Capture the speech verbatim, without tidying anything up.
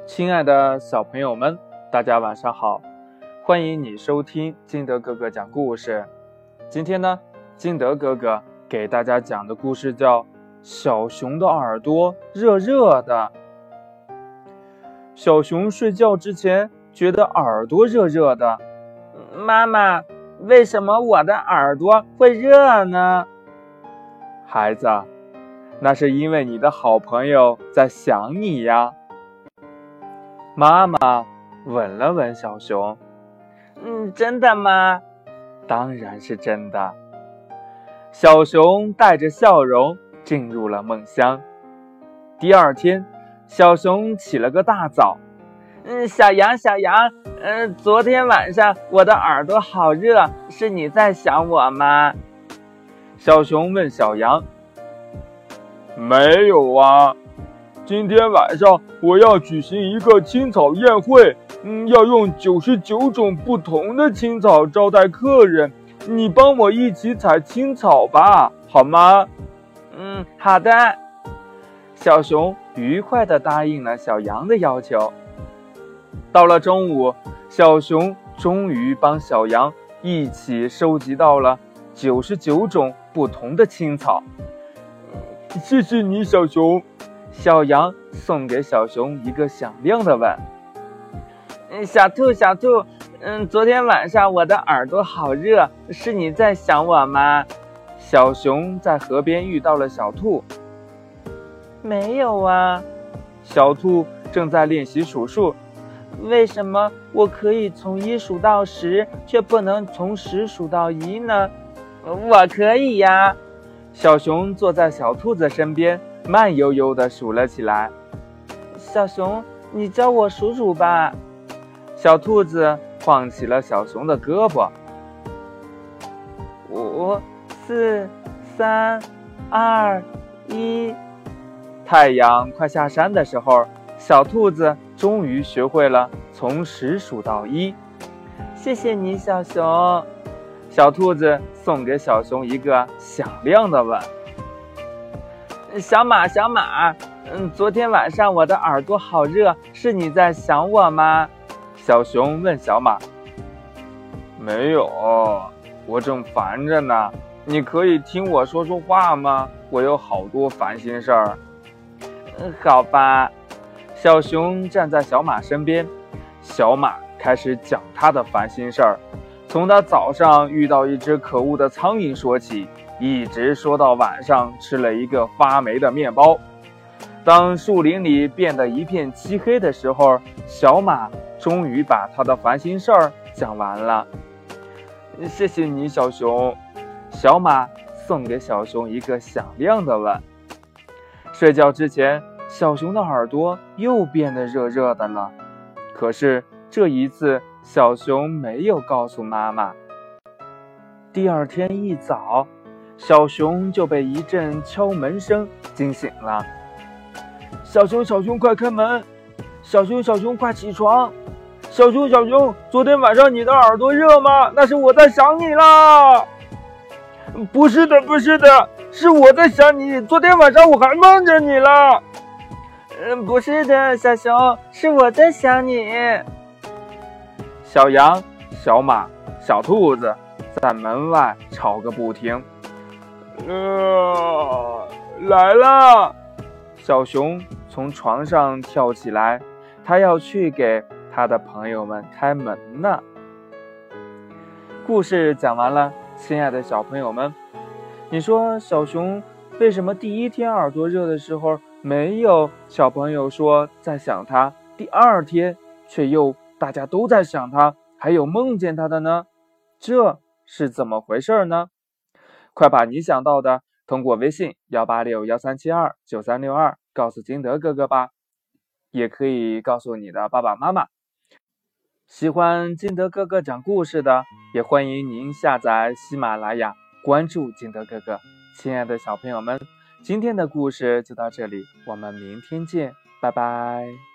亲爱的小朋友们，大家晚上好，欢迎你收听金德哥哥讲故事。今天呢，金德哥哥给大家讲的故事叫《小熊的耳朵热热的》。小熊睡觉之前觉得耳朵热热的， 妈妈，为什么我的耳朵会热呢？ 孩子，那是因为你的好朋友在想你呀。妈妈吻了吻小熊。 嗯，真的吗？ 当然是真的。小熊带着笑容进入了梦乡。第二天，小熊起了个大早。 嗯，小羊，小羊，嗯、呃，昨天晚上我的耳朵好热，是你在想我吗？ 小熊问小羊。没有啊，今天晚上我要举行一个青草宴会，嗯，要用九十九种不同的青草招待客人，你帮我一起采青草吧，好吗？ 嗯，好的。 小熊愉快地答应了小羊的要求。到了中午，小熊终于帮小羊一起收集到了九十九种不同的青草。谢谢你，小熊。小羊送给小熊一个响亮的吻。 嗯，小兔，小兔，嗯，昨天晚上我的耳朵好热，是你在想我吗？ 小熊在河边遇到了小兔。 没有啊。 小兔正在练习数数。 为什么我可以从一数到十，却不能从十数到一呢？我可以呀。 小熊坐在小兔子身边，慢悠悠地数了起来。 小熊，你教我数数吧。 小兔子晃起了小熊的胳膊。 五、四、三、二、一。 太阳快下山的时候，小兔子终于学会了从十数到一。 谢谢你，小熊。 小兔子送给小熊一个响亮的吻。 小马，小马，嗯，昨天晚上我的耳朵好热，是你在想我吗？ 小熊问小马。没有，我正烦着呢。你可以听我说说话吗？我有好多烦心事儿。 嗯，好吧。 小熊站在小马身边，小马开始讲他的烦心事儿。从他早上遇到一只可恶的苍蝇说起，一直说到晚上吃了一个发霉的面包。当树林里变得一片漆黑的时候，小马终于把他的烦心事儿讲完了。谢谢你，小熊。小马送给小熊一个响亮的吻。睡觉之前，小熊的耳朵又变得热热的了。可是这一次，小熊没有告诉妈妈。第二天一早，小熊就被一阵敲门声惊醒了。小熊，小熊，快开门！小熊，小熊，快起床！小熊，小熊，昨天晚上你的耳朵热吗？那是我在想你啦！不是的，不是的，是我在想你。昨天晚上我还梦着你了。 嗯，不是的，小熊，是我在想你。 小羊、小马、小兔子在门外吵个不停。呃，来了！小熊从床上跳起来，他要去给他的朋友们开门呢。故事讲完了，亲爱的小朋友们，你说小熊为什么第一天耳朵热的时候没有小朋友说在想他，第二天却又大家都在想他，还有梦见他的呢？这是怎么回事呢？快把你想到的通过微信幺八六幺三七二九三六二告诉金德哥哥吧，也可以告诉你的爸爸妈妈。喜欢金德哥哥讲故事的，也欢迎您下载喜马拉雅，关注金德哥哥。亲爱的小朋友们，今天的故事就到这里，我们明天见，拜拜。